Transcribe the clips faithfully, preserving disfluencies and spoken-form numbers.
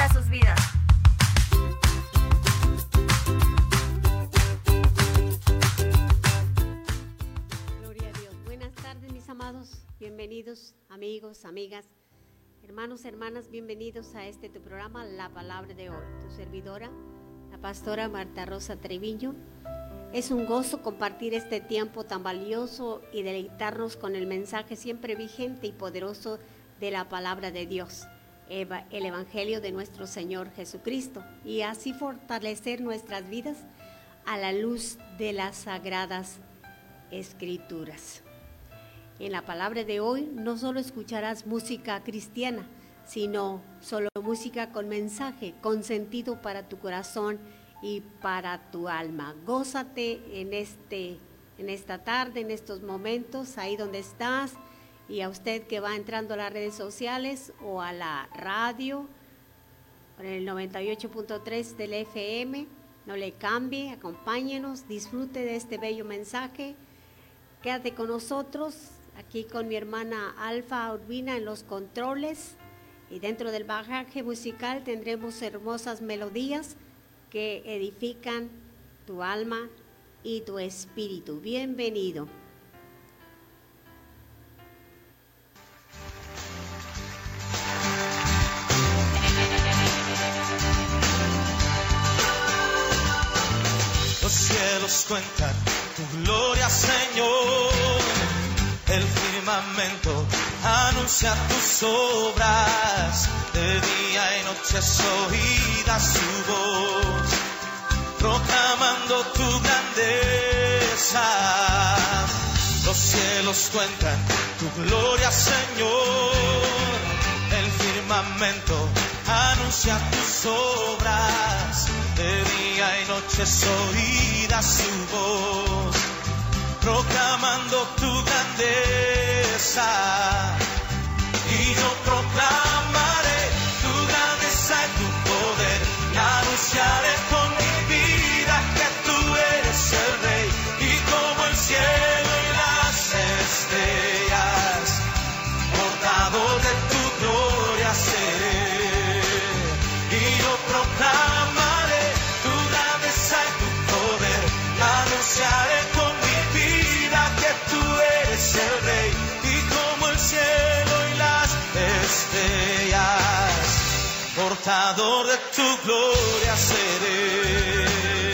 para sus vidas. Gloria a Dios. Buenas tardes, mis amados. Bienvenidos, amigos, amigas, hermanos, hermanas. Bienvenidos a este tu programa, La Palabra de Hoy. Tu servidora, la pastora Marta Rosa Treviño. Es un gozo compartir este tiempo tan valioso y deleitarnos con el mensaje siempre vigente y poderoso de la Palabra de Dios, el Evangelio de nuestro Señor Jesucristo, y así fortalecer nuestras vidas a la luz de las Sagradas Escrituras. En la Palabra de hoy no solo escucharás música cristiana, sino solo música con mensaje, con sentido para tu corazón y para tu alma. Gózate en, este, en esta tarde, en estos momentos, ahí donde estás, y a usted que va entrando a las redes sociales o a la radio, en el noventa y ocho punto tres del F M, no le cambie, acompáñenos, disfrute de este bello mensaje. Quédate con nosotros, aquí con mi hermana Alfa Urbina en los controles, y dentro del bagaje musical tendremos hermosas melodías que edifican tu alma y tu espíritu. Bienvenido. Los cielos cuentan tu gloria, Señor. El firmamento anuncia tus obras. De día y noche es oída su voz, proclamando tu grandeza. Los cielos cuentan tu gloria, Señor. El firmamento anuncia tus obras. De día y noche es oída su voz, proclamando tu grandeza. Y yo proclamaré tu grandeza y tu poder, y anunciaré con mi vida que tú eres el Rey. Y como el cielo y las estrellas, portador de tu gloria seré. Y yo proclamaré tu grandeza y tu poder, y anunciaré con mi vida que tú eres el Rey. Y como el cielo y las estrellas, portador de tu gloria seré.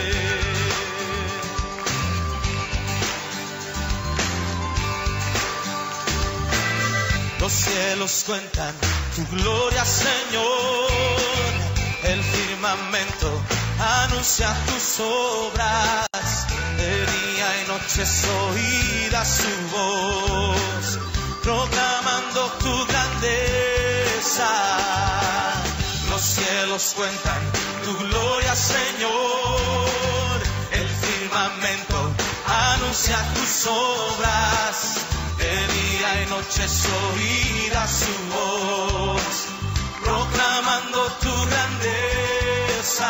Los cielos cuentan tu gloria, Señor. El firmamento anuncia tus obras. De día y noche es oída su voz, proclamando tu grandeza. Los cielos cuentan tu gloria, Señor. El firmamento anuncia tus obras. De día y noche es oída su voz, proclamando tu grandeza.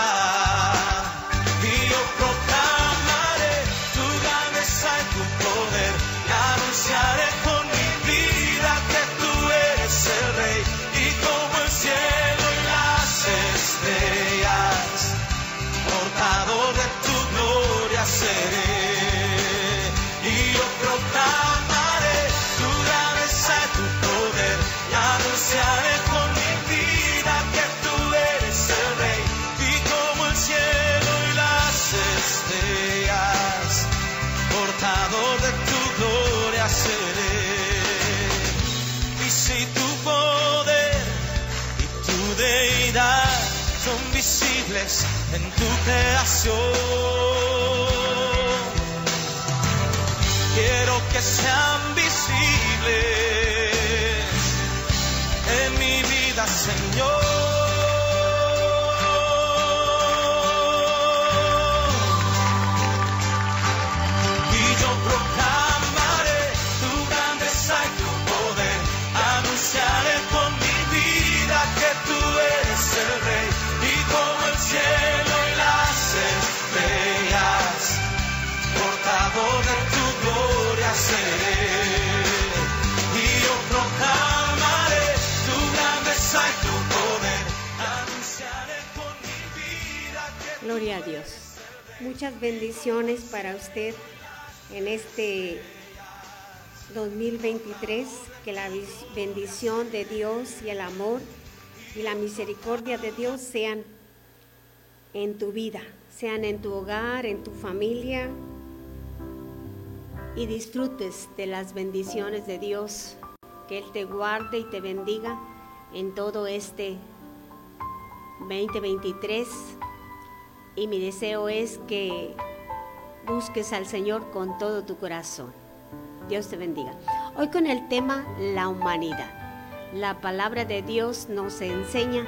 Y yo proclamaré tu grandeza y tu poder, y anunciaré con mi vida que tú eres el Rey. Y como el cielo y las estrellas, portador de tu gloria seré. Y yo proclamaré tu grandeza y tu poder, y anunciaré con mi vida que tú eres el Rey. Y como el cielo y las estrellas, portador de tu gloria seré. Y si tu poder y tu deidad son visibles en tu creación, quiero que sean visibles en mi vida, Señor. Y yo proclamaré tu grandeza y tu poder, anunciaré con mi vida que tú eres el Rey. Y como el cielo y las estrellas, portador de tu gloria seré. Gloria a Dios. Muchas bendiciones para usted en este dos mil veintitrés. Que la bendición de Dios y el amor y la misericordia de Dios sean en tu vida, sean en tu hogar, en tu familia, y disfrutes de las bendiciones de Dios. Que Él te guarde y te bendiga en todo este veinte veintitrés. Y mi deseo es que busques al Señor con todo tu corazón. Dios te bendiga. Hoy con el tema la humanidad. La palabra de Dios nos enseña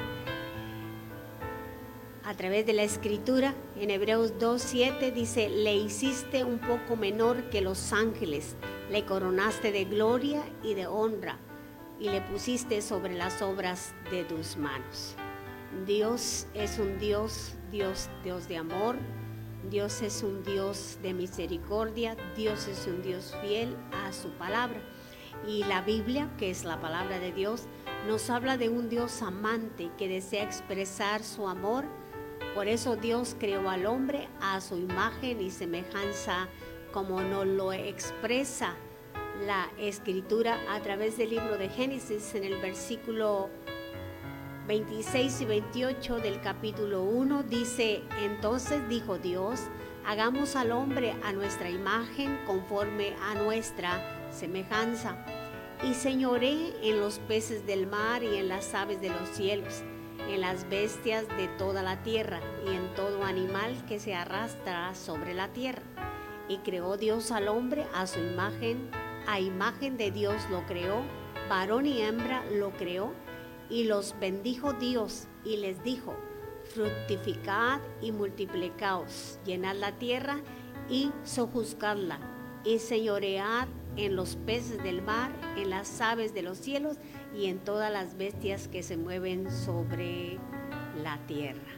a través de la Escritura. En Hebreos dos siete dice: le hiciste un poco menor que los ángeles, le coronaste de gloria y de honra, y le pusiste sobre las obras de tus manos. Dios es un Dios, Dios, Dios de amor. Dios es un Dios de misericordia. Dios es un Dios fiel a su palabra. Y la Biblia, que es la palabra de Dios, nos habla de un Dios amante que desea expresar su amor. Por eso Dios creó al hombre a su imagen y semejanza, como nos lo expresa la Escritura a través del libro de Génesis, en el versículo veintiséis y veintiocho del capítulo uno. Dice: entonces dijo Dios, hagamos al hombre a nuestra imagen, conforme a nuestra semejanza, y señoree en los peces del mar y en las aves de los cielos, en las bestias de toda la tierra y en todo animal que se arrastra sobre la tierra. Y creó Dios al hombre a su imagen, a imagen de Dios lo creó, varón y hembra lo creó. Y los bendijo Dios y les dijo: fructificad y multiplicaos, llenad la tierra y sojuzgadla, y señoread en los peces del mar, en las aves de los cielos y en todas las bestias que se mueven sobre la tierra.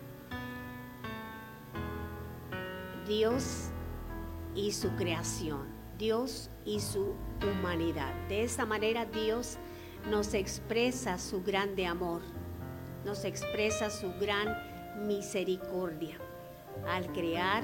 Dios y su creación, Dios y su humanidad. De esta manera Dios nos expresa su grande amor, nos expresa su gran misericordia al crear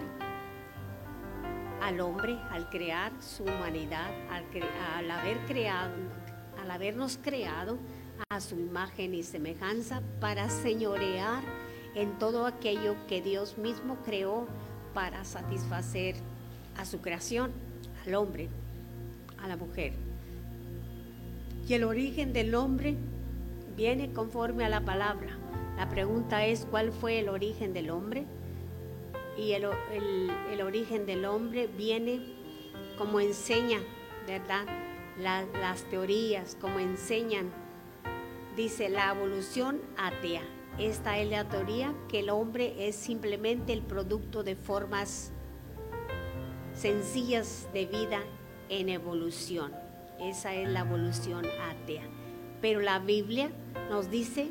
al hombre, al crear su humanidad, al, cre- al haber creado, al habernos creado a su imagen y semejanza, para señorear en todo aquello que Dios mismo creó para satisfacer a su creación, al hombre, a la mujer. Y el origen del hombre viene conforme a la palabra. La pregunta es: ¿cuál fue el origen del hombre? Y el, el, el origen del hombre viene como enseña, ¿verdad? La, las teorías, como enseñan, dice la evolución atea. Esta es la teoría, que el hombre es simplemente el producto de formas sencillas de vida en evolución. Esa es la evolución atea. Pero la Biblia nos dice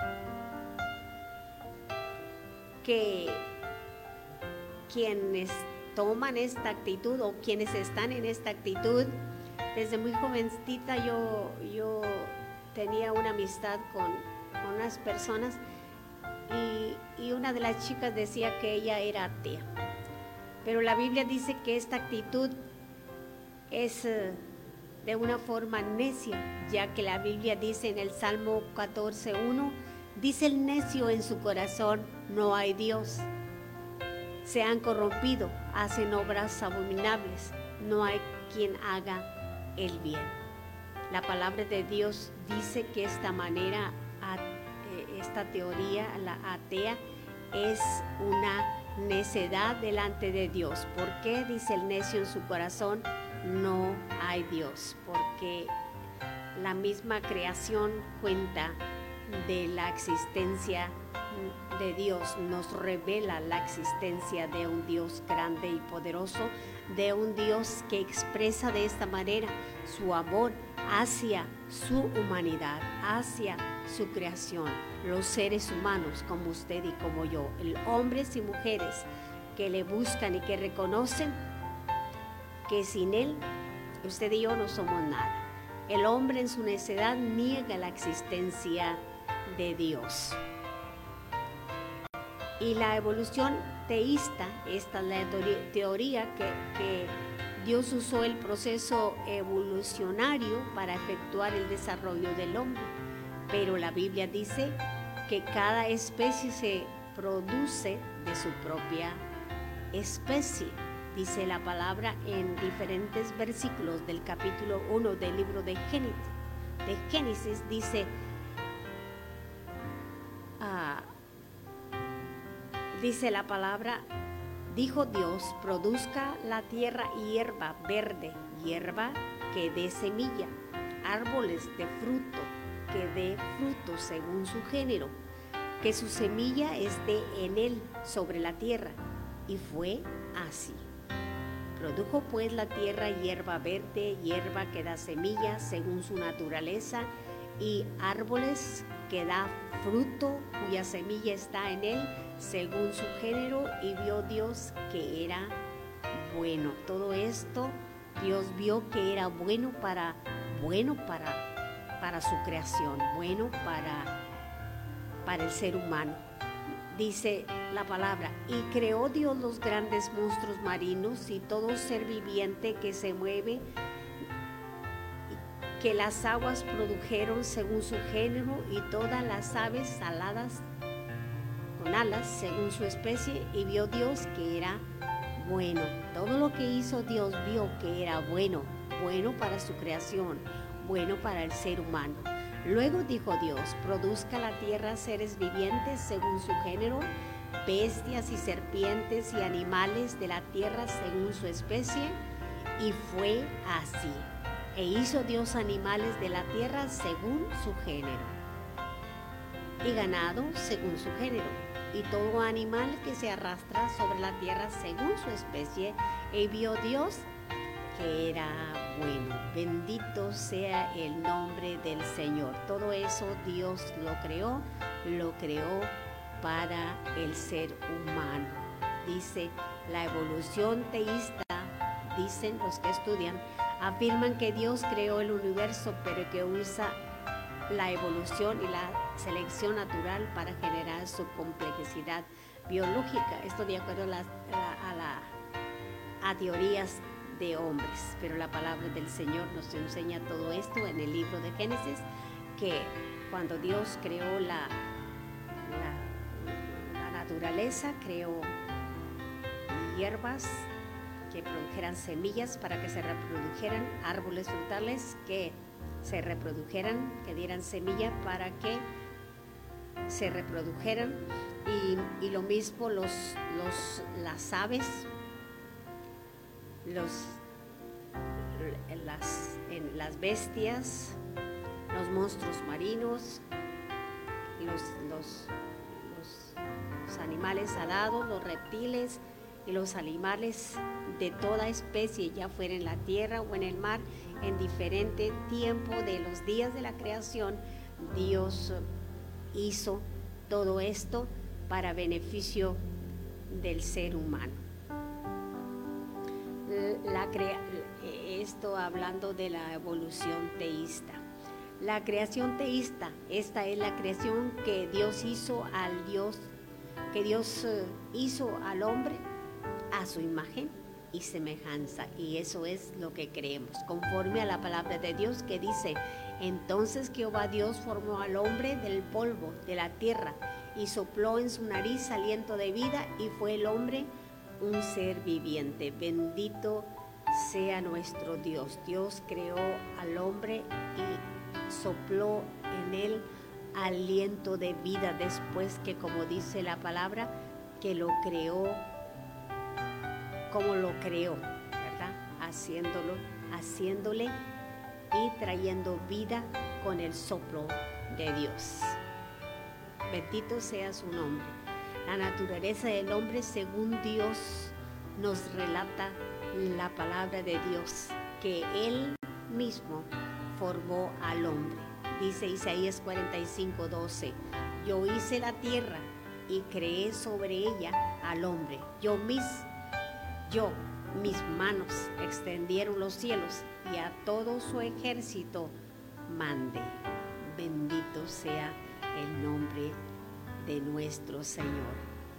que quienes toman esta actitud, o quienes están en esta actitud, desde muy jovencita yo, yo tenía una amistad con, con unas personas, y, y una de las chicas decía que ella era atea. Pero la Biblia dice que esta actitud es uh, de una forma necia, ya que la Biblia dice en el Salmo catorce uno, dice: el necio en su corazón, no hay Dios. Se han corrompido, hacen obras abominables, no hay quien haga el bien. La palabra de Dios dice que esta manera, esta teoría, la atea, es una necedad delante de Dios. ¿Por qué dice el necio en su corazón? No hay Dios, porque la misma creación cuenta de la existencia de Dios, nos revela la existencia de un Dios grande y poderoso, de un Dios que expresa de esta manera su amor hacia su humanidad, hacia su creación, los seres humanos como usted y como yo, el hombres y mujeres que le buscan y que reconocen que sin Él, usted y yo no somos nada. El hombre en su necedad niega la existencia de Dios. Y la evolución teísta, esta es la teoría que, que Dios usó el proceso evolucionario para efectuar el desarrollo del hombre. Pero la Biblia dice que cada especie se produce de su propia especie. Dice la palabra en diferentes versículos del capítulo uno del libro de Génesis. De Génesis dice, uh, dice la palabra, dijo Dios, produzca la tierra hierba verde, hierba que dé semilla, árboles de fruto, que dé fruto según su género, que su semilla esté en él sobre la tierra. Y fue así. Produjo pues la tierra hierba verde, hierba que da semilla según su naturaleza, y árboles que da fruto cuya semilla está en él según su género, y vio Dios que era bueno. Todo esto Dios vio que era bueno para, bueno para, para su creación, bueno para, para el ser humano. Dice la palabra, y creó Dios los grandes monstruos marinos y todo ser viviente que se mueve, que las aguas produjeron según su género, y todas las aves aladas con alas según su especie, y vio Dios que era bueno. Todo lo que hizo Dios vio que era bueno, bueno para su creación, bueno para el ser humano. Luego dijo Dios, produzca la tierra seres vivientes según su género, bestias y serpientes y animales de la tierra según su especie, y fue así. E hizo Dios animales de la tierra según su género, y ganado según su género, y todo animal que se arrastra sobre la tierra según su especie, y vio Dios que era bueno. Bendito sea el nombre del Señor. Todo eso Dios lo creó, lo creó para el ser humano. Dice la evolución teísta, dicen los que estudian, afirman que Dios creó el universo, pero que usa la evolución y la selección natural para generar su complejidad biológica. Esto de acuerdo a, las, a, la, a teorías de hombres, pero la palabra del Señor nos enseña todo esto en el libro de Génesis, que cuando Dios creó la, la, la naturaleza, creó hierbas que produjeran semillas para que se reprodujeran, árboles frutales que se reprodujeran, que dieran semilla para que se reprodujeran, y, y lo mismo los, los, las aves, los, las, en las bestias, los monstruos marinos, los, los, los, los animales alados, los reptiles y los animales de toda especie, ya fuera en la tierra o en el mar, en diferente tiempo de los días de la creación. Dios hizo todo esto para beneficio del ser humano. La crea- esto hablando de la evolución teísta. La creación teísta, esta es la creación que Dios hizo al Dios, que Dios hizo al hombre a su imagen y semejanza, y eso es lo que creemos, conforme a la palabra de Dios que dice: entonces Jehová Dios formó al hombre del polvo de la tierra y sopló en su nariz aliento de vida, y fue el hombre un ser viviente. Bendito sea nuestro Dios. Dios creó al hombre y sopló en él aliento de vida, después que, como dice la palabra, que lo creó como lo creó, ¿verdad? Haciéndolo, haciéndole y trayendo vida con el soplo de Dios. Bendito sea su nombre. La naturaleza del hombre, según Dios nos relata la palabra de Dios, que Él mismo formó al hombre. Dice Isaías cuarenta y cinco, doce: yo hice la tierra y creé sobre ella al hombre. Yo mis Yo, mis manos extendieron los cielos, y a todo su ejército mandé. Bendito sea el nombre de nuestro Señor.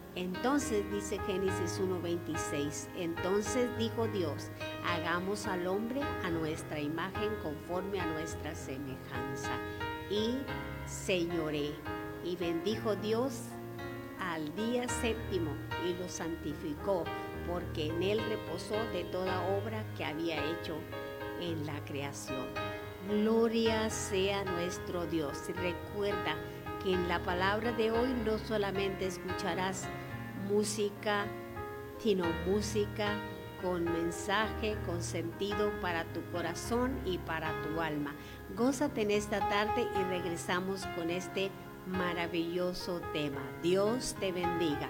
Entonces dice Génesis uno veintiséis, entonces dijo Dios, hagamos al hombre a nuestra imagen conforme a nuestra semejanza y señoré. Y bendijo Dios al día séptimo y lo santificó, porque en él reposó de toda obra que había hecho en la creación. Gloria sea nuestro Dios. Recuerda que en la palabra de hoy no solamente escucharás música, sino música con mensaje, con sentido para tu corazón y para tu alma. Gózate en esta tarde y regresamos con este maravilloso tema. Dios te bendiga.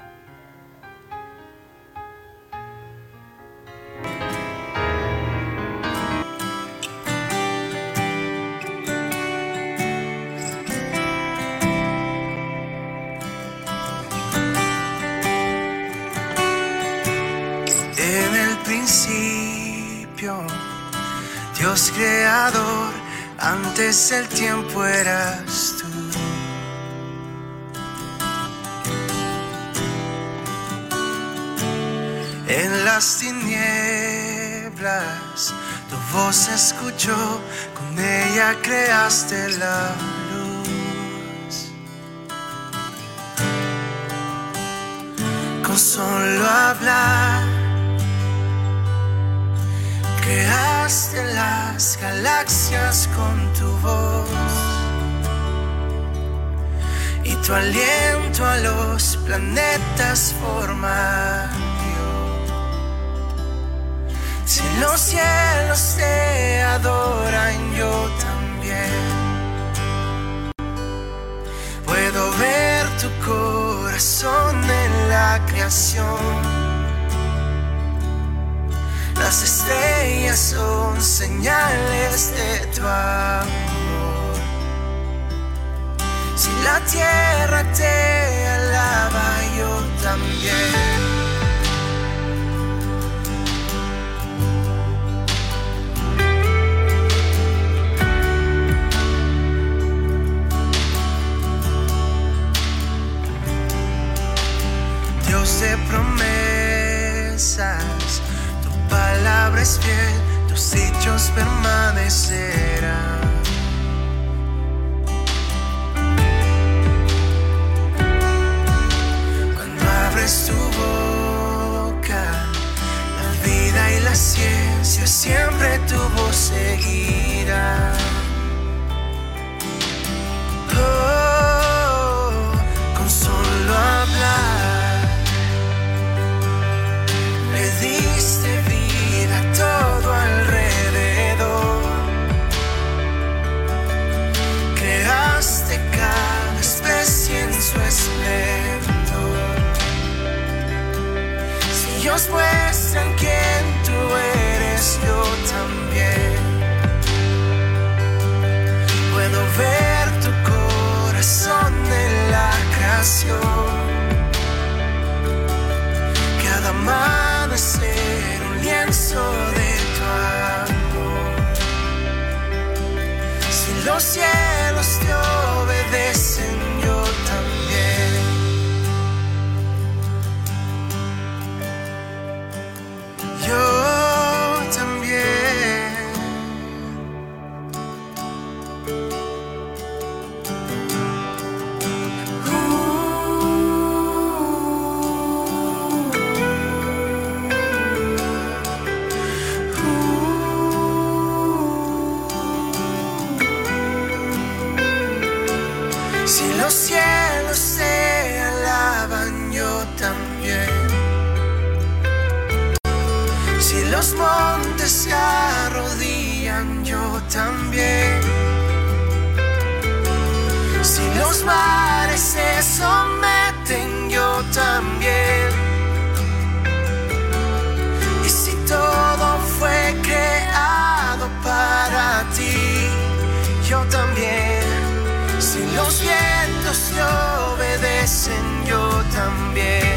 En el principio, Dios creador, antes el tiempo eras tú. En las tinieblas tu voz escuchó, con ella creaste la luz. Con solo hablar creaste las galaxias con tu voz, y tu aliento a los planetas forma. Si los cielos te adoran, yo también puedo ver tu corazón en la creación. Las estrellas son señales de tu amor. Si la tierra te alaba, yo también. De promesas, tu palabra es fiel, tus dichos permanecerán. Cuando abres tu boca, la vida y la ciencia siempre tu voz seguirá. Oh, con solo hablar diste vida a todo alrededor. Creaste cada especie en su esplendor. Si ellos muestran quién tú eres, yo también puedo ver tu corazón en la creación. Cada amanecer un lienzo de tu amor. Si los cielos te obedecen, yo también. Yo también. Los cielos te alaban, yo también. Si los montes se arrodillan, yo también. Si los mares se someten, yo también. Y si todo fue creado para ti, yo también. Si los vientos te obedecen, yo también.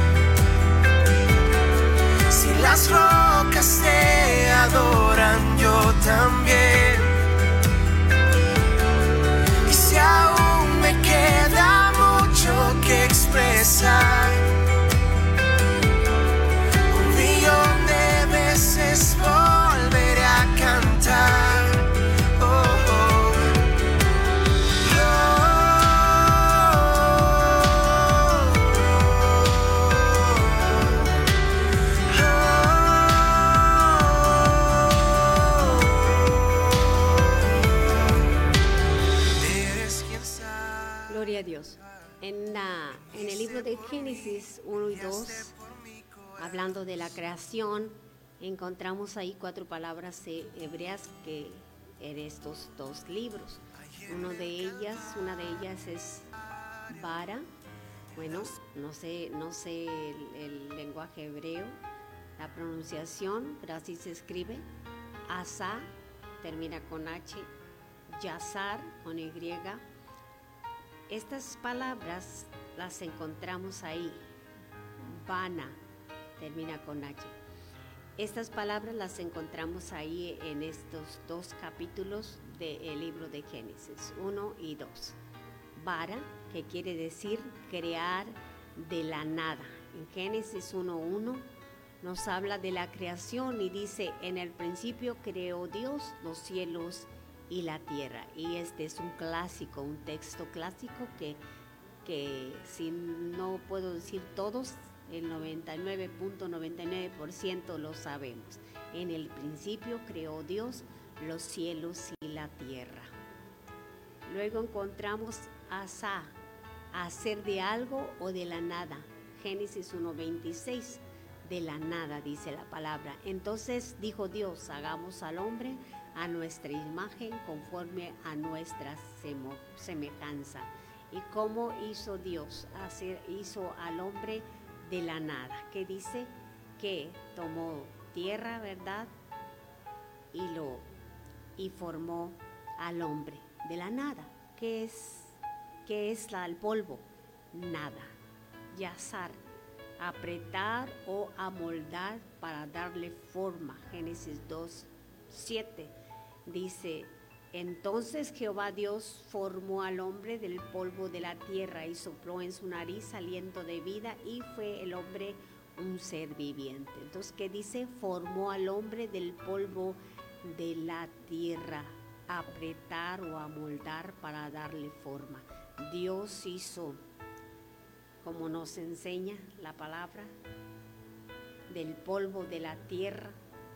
Si las rocas te adoran, yo también. Y si aún me queda mucho que expresar, Dios. En, la, en el libro de Génesis uno y dos, hablando de la creación, encontramos ahí cuatro palabras hebreas que en estos dos libros. Uno de ellas, una de ellas es bara. Bueno, no sé, no sé el, el lenguaje hebreo, la pronunciación, pero así se escribe. Asa, termina con H. Yazar, con Y. Estas palabras las encontramos ahí. Bana, termina con H. Estas palabras las encontramos ahí en estos dos capítulos del libro de Génesis, uno y dos. Bara, que quiere decir crear de la nada. En Génesis uno uno nos habla de la creación y dice, en el principio creó Dios los cielos y la tierra. Y este es un clásico, un texto clásico que, que si no puedo decir todos, el noventa y nueve punto noventa y nueve por ciento lo sabemos. En el principio creó Dios los cielos y la tierra. Luego encontramos asá, hacer de algo o de la nada. Génesis uno veintiséis, de la nada dice la palabra. Entonces dijo Dios, hagamos al hombre a nuestra imagen conforme a nuestra semejanza. ¿Y cómo hizo Dios? Hacer, hizo al hombre de la nada. ¿Qué dice? Que tomó tierra, ¿verdad? Y lo y formó al hombre de la nada. ¿Qué es? ¿Qué es la, el polvo? Nada. Yazar, apretar o amoldar para darle forma. Génesis dos siete dice, entonces Jehová Dios formó al hombre del polvo de la tierra y sopló en su nariz aliento de vida y fue el hombre un ser viviente. Entonces, ¿qué dice? Formó al hombre del polvo de la tierra, apretar o amoldar para darle forma. Dios hizo, como nos enseña la palabra, del polvo de la tierra,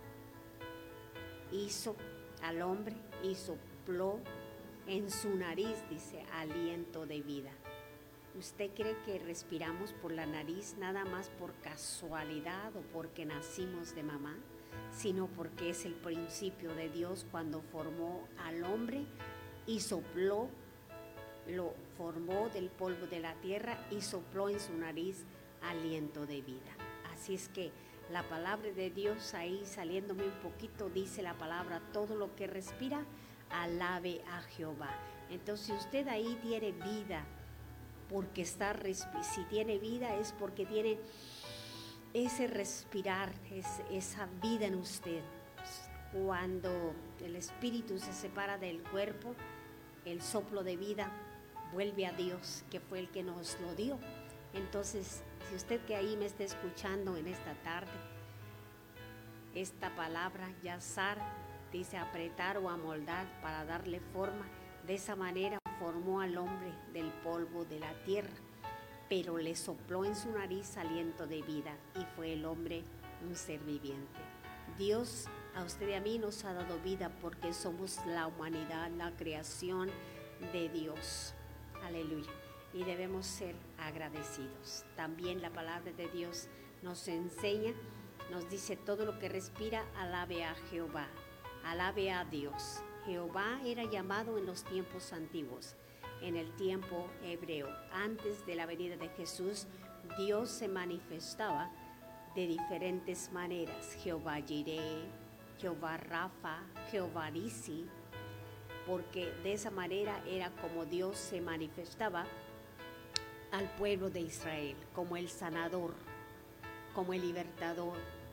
hizo al hombre y sopló en su nariz, dice, aliento de vida. ¿Usted cree que respiramos por la nariz nada más por casualidad o porque nacimos de mamá? Sino porque es el principio de Dios cuando formó al hombre y sopló, lo formó del polvo de la tierra y sopló en su nariz aliento de vida. Así es que la palabra de Dios ahí saliéndome un poquito dice la palabra, todo lo que respira, alabe a Jehová. Entonces si usted ahí tiene vida, porque está, si tiene vida es porque tiene ese respirar, es, esa vida en usted. Cuando el espíritu se separa del cuerpo, el soplo de vida vuelve a Dios, que fue el que nos lo dio. Entonces, si usted que ahí me está escuchando en esta tarde, esta palabra, yazar, dice apretar o amoldar para darle forma, de esa manera formó al hombre del polvo de la tierra, pero le sopló en su nariz aliento de vida y fue el hombre un ser viviente. Dios a usted y a mí nos ha dado vida porque somos la humanidad, la creación de Dios. Aleluya. Y debemos ser agradecidos. También la palabra de Dios nos enseña, nos dice todo lo que respira, alabe a Jehová, alabe a Dios. Jehová era llamado en los tiempos antiguos, en el tiempo hebreo. Antes de la venida de Jesús, Dios se manifestaba de diferentes maneras. Jehová Jireh, Jehová Rafa, Jehová Nisi, porque de esa manera era como Dios se manifestaba al pueblo de Israel, como el sanador, como el libertador,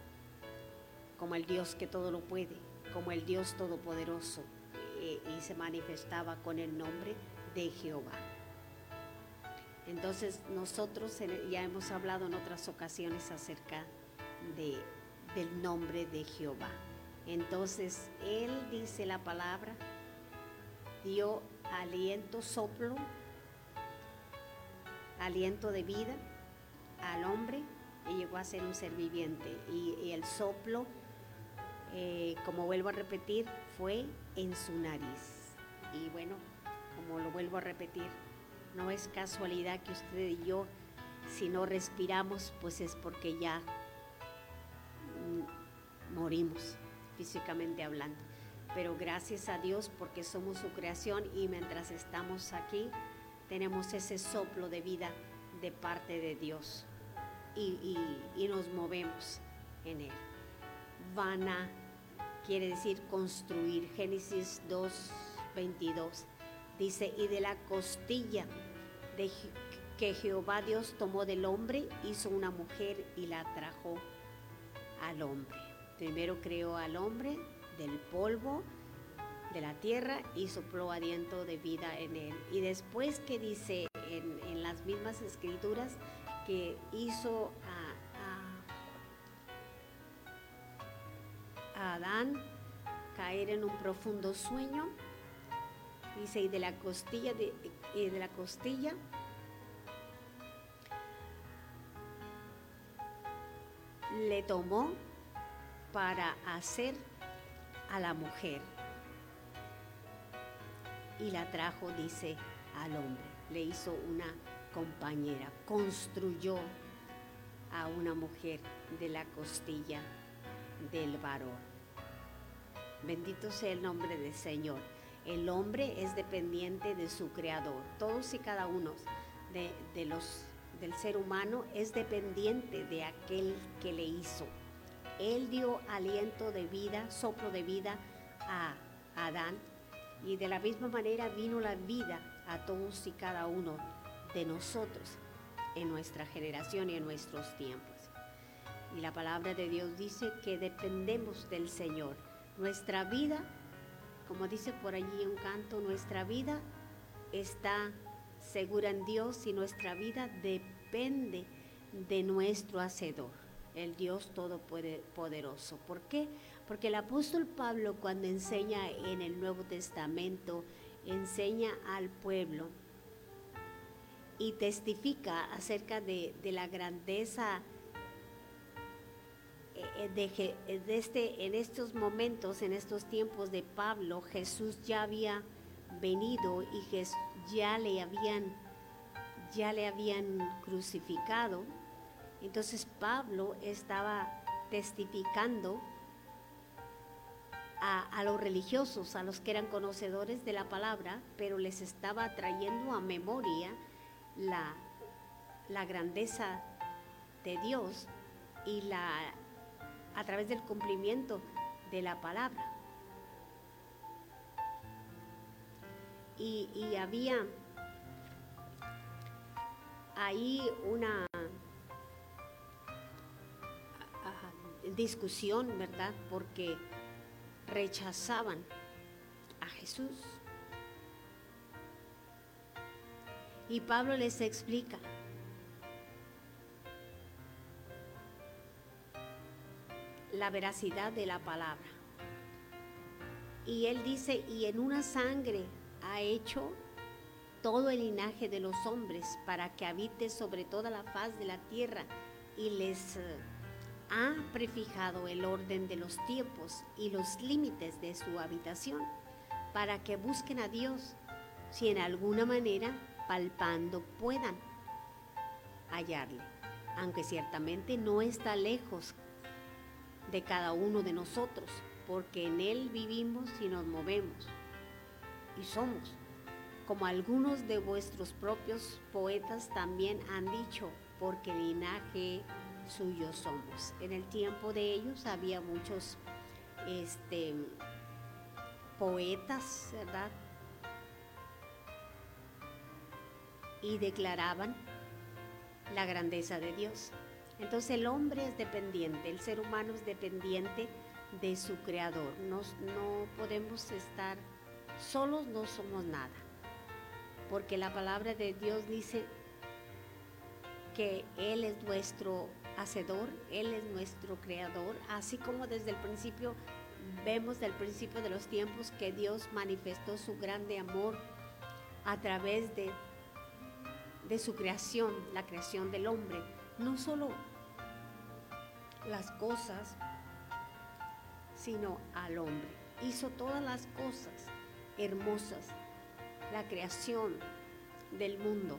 como el Dios que todo lo puede, como el Dios todopoderoso, y, y se manifestaba con el nombre de Jehová. Entonces nosotros ya hemos hablado en otras ocasiones acerca de, del nombre de Jehová. Entonces Él, dice la palabra, dio aliento, soplo, aliento de vida al hombre y llegó a ser un ser viviente. Y, y el soplo, eh, como vuelvo a repetir, fue en su nariz. Y bueno, como lo vuelvo a repetir, No es casualidad que usted y yo, si no respiramos, pues es porque ya mm, morimos, físicamente hablando. Pero gracias a Dios porque somos su creación y mientras estamos aquí, tenemos ese soplo de vida de parte de Dios y, y, y nos movemos en él. Vana quiere decir construir. Génesis dos, veintidós dice, y de la costilla de que Jehová Dios tomó del hombre, hizo una mujer y la trajo al hombre. Primero creó al hombre del polvo de la tierra y sopló aliento de vida en él. Y después que dice en, en las mismas escrituras que hizo a, a, a Adán caer en un profundo sueño, dice, y de la costilla de, y de la costilla le tomó para hacer a la mujer y la trajo, dice, al hombre. Le hizo una compañera, construyó a una mujer de la costilla del varón. Bendito sea el nombre del Señor. El hombre es dependiente de su creador. Todos y cada uno de, de los, del ser humano es dependiente de aquel que le hizo. Él dio aliento de vida, soplo de vida a Adán, y de la misma manera vino la vida a todos y cada uno de nosotros en nuestra generación y en nuestros tiempos. Y la palabra de Dios dice que dependemos del Señor. Nuestra vida, como dice por allí un canto, nuestra vida está segura en Dios y nuestra vida depende de nuestro Hacedor, el Dios Todopoderoso. ¿Por qué? Porque el apóstol Pablo, cuando enseña en el Nuevo Testamento, enseña al pueblo y testifica acerca de, de la grandeza de, de este, en estos momentos, en estos tiempos de Pablo, Jesús ya había venido y Jesús ya le habían, ya le habían crucificado. Entonces Pablo estaba testificando a, a los religiosos, a los que eran conocedores de la palabra, pero les estaba trayendo a memoria la, la grandeza de Dios y la, a través del cumplimiento de la palabra. Y, y había ahí una discusión, ¿verdad? Porque rechazaban a Jesús. Y Pablo les explica. La veracidad de la palabra. Y él dice, y en una sangre ha hecho todo el linaje de los hombres para que habite sobre toda la faz de la tierra y les ha prefijado el orden de los tiempos y los límites de su habitación, para que busquen a Dios, si en alguna manera palpando puedan hallarle, aunque ciertamente no está lejos de cada uno de nosotros, porque en Él vivimos y nos movemos y somos, como algunos de vuestros propios poetas también han dicho, porque linaje suyo somos. En el tiempo de ellos había muchos este, poetas, ¿verdad? Y declaraban la grandeza de Dios. Entonces el hombre es dependiente, el ser humano es dependiente de su creador. No, no podemos estar solos, no somos nada, porque la palabra de Dios dice que Él es nuestro hacedor, Él es nuestro creador, así como desde el principio, vemos del principio de los tiempos que Dios manifestó su grande amor a través de, de su creación, la creación del hombre. No solo las cosas, sino al hombre. Hizo todas las cosas hermosas, la creación, del mundo,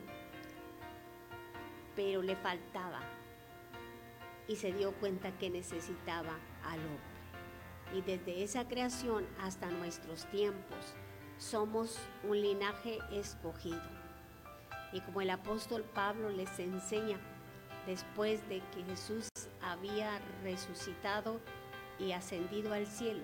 pero le faltaba y se dio cuenta que necesitaba al hombre. Y desde esa creación hasta nuestros tiempos somos un linaje escogido. Y como el apóstol Pablo les enseña, después de que Jesús había resucitado y ascendido al cielo,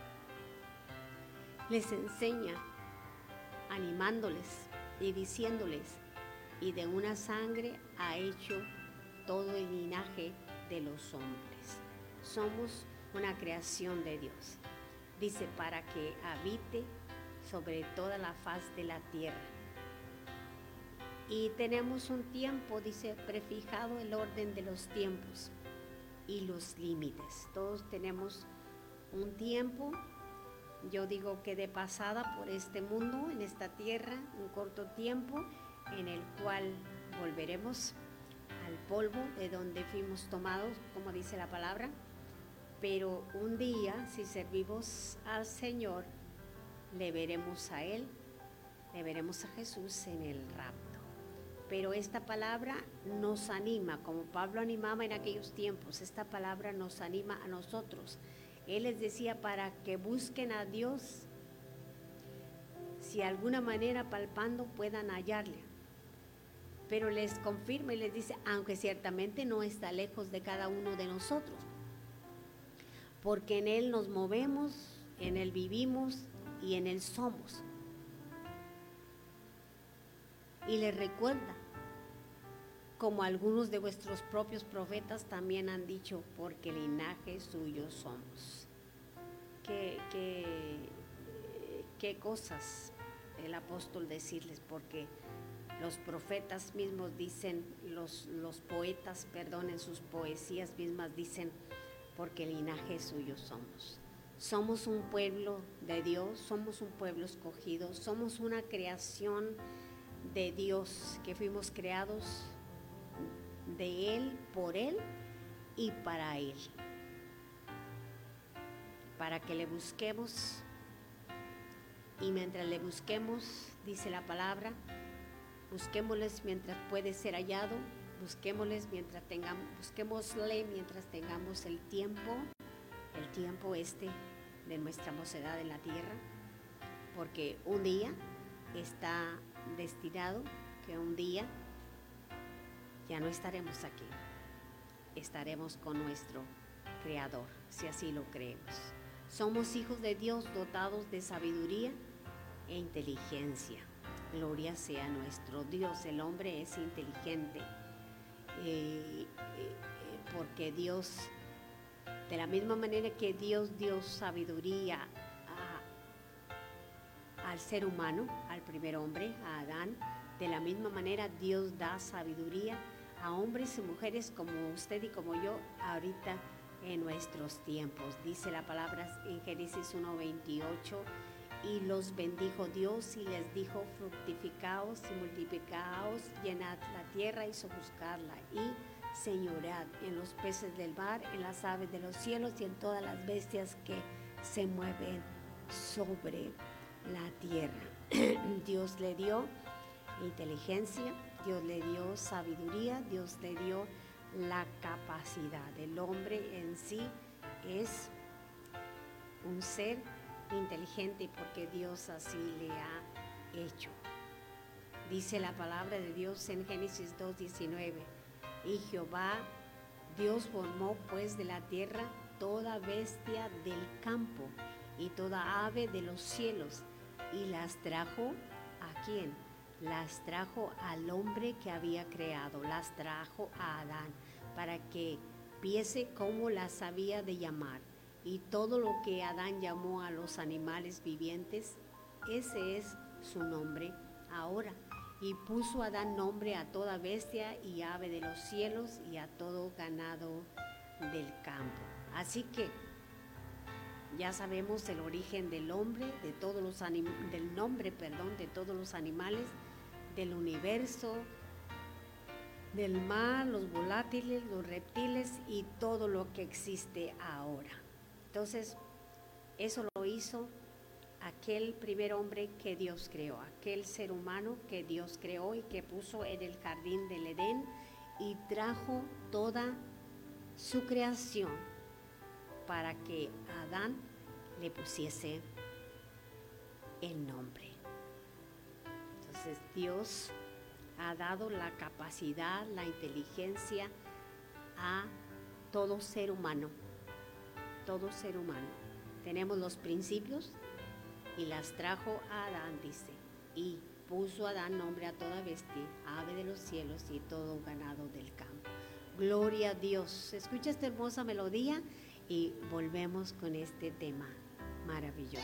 les enseña animándoles y diciéndoles, y de una sangre ha hecho todo el linaje de los hombres. Somos una creación de Dios. Dice, para que habite sobre toda la faz de la tierra. Y tenemos un tiempo, dice, prefijado el orden de los tiempos y los límites. Todos tenemos un tiempo, yo digo que de pasada por este mundo, en esta tierra, un corto tiempo en el cual volveremos al polvo de donde fuimos tomados, como dice la palabra. Pero un día, si servimos al Señor, le veremos a Él, le veremos a Jesús en el rapto. Pero esta palabra nos anima, como Pablo animaba en aquellos tiempos, esta palabra nos anima a nosotros. Él les decía para que busquen a Dios, si de alguna manera palpando puedan hallarle. Pero les confirma y les dice, aunque ciertamente no está lejos de cada uno de nosotros, porque en Él nos movemos, en Él vivimos y en Él somos. Y les recuerda, como algunos de vuestros propios profetas también han dicho, porque linaje suyo somos. Qué, qué, qué cosas el apóstol decirles, porque los profetas mismos dicen, los, los poetas, perdón, en sus poesías mismas dicen, porque linaje suyo somos. Somos un pueblo de Dios, somos un pueblo escogido, somos una creación de Dios, que fuimos creados de Él, por Él y para Él, para que le busquemos. Y mientras le busquemos, dice la palabra, busquémosles mientras puede ser hallado, busquémosles mientras tengamos, busquémosle mientras tengamos el tiempo, el tiempo este de nuestra mocedad en la tierra, porque un día está destinado que un día ya no estaremos aquí, estaremos con nuestro Creador, si así lo creemos. Somos hijos de Dios dotados de sabiduría e inteligencia. Gloria sea nuestro Dios. El hombre es inteligente eh, eh, porque Dios, de la misma manera que Dios dio sabiduría a, al ser humano, al primer hombre, a Adán, de la misma manera Dios da sabiduría a hombres y mujeres como usted y como yo ahorita en nuestros tiempos. Dice la palabra en Génesis uno veintiocho, y los bendijo Dios y les dijo, fructificaos y multiplicaos, llenad la tierra y sojuzgadla, y señoread en los peces del mar, en las aves de los cielos y en todas las bestias que se mueven sobre la tierra. Dios le dio inteligencia, Dios le dio sabiduría, Dios le dio la capacidad. El hombre en sí es un ser inteligente porque Dios así le ha hecho. Dice la palabra de Dios en Génesis dos diecinueve, y Jehová Dios formó pues de la tierra toda bestia del campo y toda ave de los cielos, y las trajo ¿a quién? Las trajo al hombre que había creado, las trajo a Adán, para que viese cómo las había de llamar. Y todo lo que Adán llamó a los animales vivientes, ese es su nombre ahora. Y puso Adán nombre a toda bestia y ave de los cielos y a todo ganado del campo. Así que ya sabemos el origen del hombre, de todos los anim- del nombre, perdón, de todos los animales, del universo, del mar, los volátiles, los reptiles y todo lo que existe ahora. Entonces, eso lo hizo aquel primer hombre que Dios creó, aquel ser humano que Dios creó y que puso en el jardín del Edén y trajo toda su creación para que Adán le pusiese el nombre. Entonces Dios ha dado la capacidad, la inteligencia a todo ser humano, todo ser humano. Tenemos los principios y las trajo a Adán, dice, y puso a Adán nombre a toda bestia, ave de los cielos y todo ganado del campo. Gloria a Dios. Escucha esta hermosa melodía y volvemos con este tema maravilloso.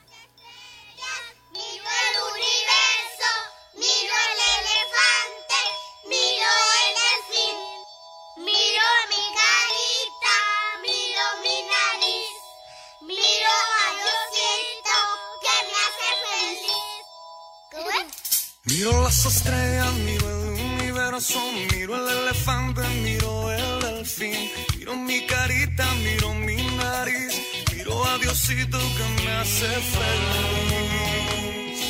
Miro el universo, miro el elefante, miro el delfín, miro mi carita, miro mi nariz, miro a Diosito que me hace feliz. ¿Qué? Miro las estrellas, miro el universo, miro el elefante, miro el delfín, miro mi carita, miro mi nariz, miro a Diosito que me hace feliz,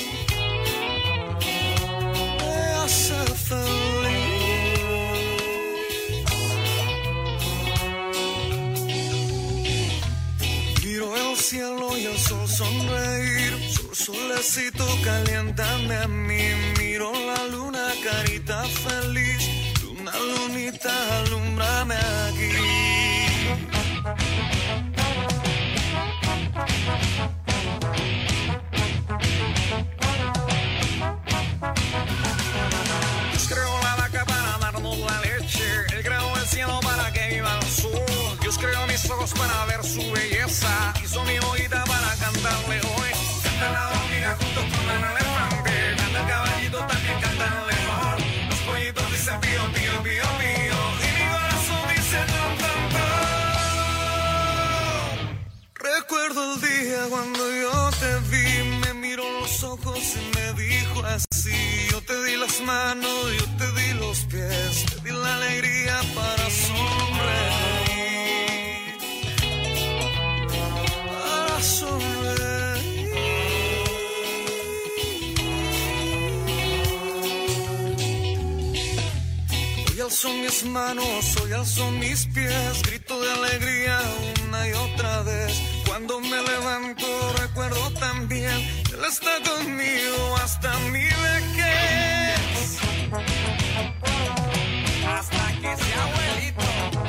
me hace feliz. Miro el cielo y el sol sonreír, sol, solecito, caliéntame a mí. Miro la luna, carita feliz, luna, lunita, alúmbrame aquí. Dios creó la vaca para darnos la leche, Él creó el cielo para que viva el sol. Dios creó mis ojos para ver su belleza, hizo mi boquita para cantarle hoy. Canta la hormiga junto con el elefante, canta el caballito, también canta el león. Los pollitos dicen pío, pío, pío, pío, y mi corazón dice tom, tom, tom. Recuerdo el día cuando yo te vi, me miró los ojos y me dijo así. Yo te di las manos, yo te di los pies, te di la alegría para sonreír, para sonreír. Hoy alzo mis manos, hoy alzo mis pies, grito de alegría una y otra vez. Cuando me levanto recuerdo también, Él está conmigo hasta mi vejez, hasta que sea abuelito.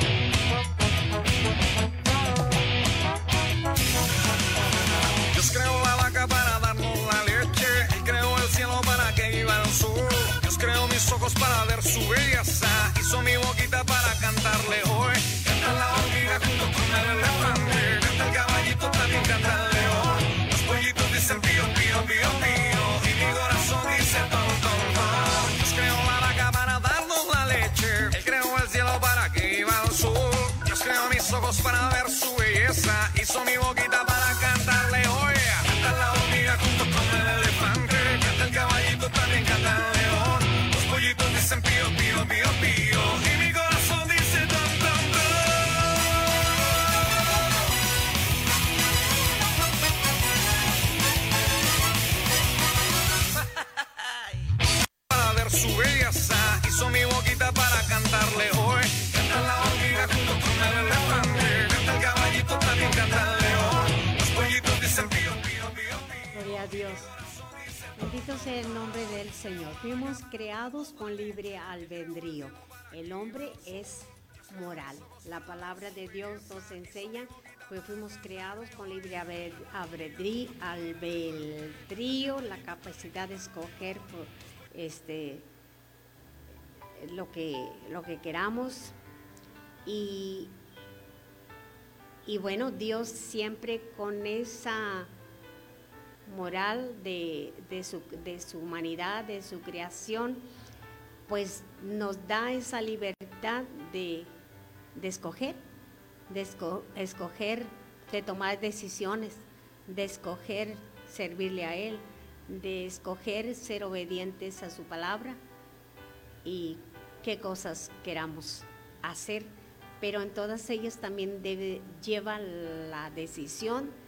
Dios creó la vaca para darnos la leche, Él creó el cielo para que viva el sol. Dios creó mis ojos para ver su belleza, hizo mi boquita para cantarle hoy. Canta la hormiga junto con el elefante, canta el caballito, también canta el león. Los pollitos dicen pío, pío, pío, pío, y mi corazón dice tom, tom, tom. Dios creó la vaca para darnos la leche, Él creó el cielo para que viva el sol. Dios creó mis ojos para ver su belleza, hizo mi boquita para cantarle hoy. Canta la hormiga junto con el elefante, canta el caballito, también canta el león. Los pollitos dicen pío, pío, pío, pío, y mi corazón dice tom, tom, tom. Para ver su belleza, hizo mi boquita para cantarle hoy. Canta la hormiga junto con el elefante, canta el caballito, también canta el león. Los pollitos dicen pío, pío, pío, pío. Gloria a Dios. Bendito sea el nombre del Señor. Fuimos creados con libre albedrío. El hombre es moral. La palabra de Dios nos enseña que fuimos creados con libre albedrío, albedrío, la capacidad de escoger por, este, lo que, lo que queramos. Y, y bueno, Dios siempre con esa moral de, de, su, de su humanidad, de su creación, pues nos da esa libertad de, de escoger, de esco, escoger, de tomar decisiones, de escoger servirle a Él, de escoger ser obedientes a su palabra y qué cosas queramos hacer, pero en todas ellas también debe, lleva la decisión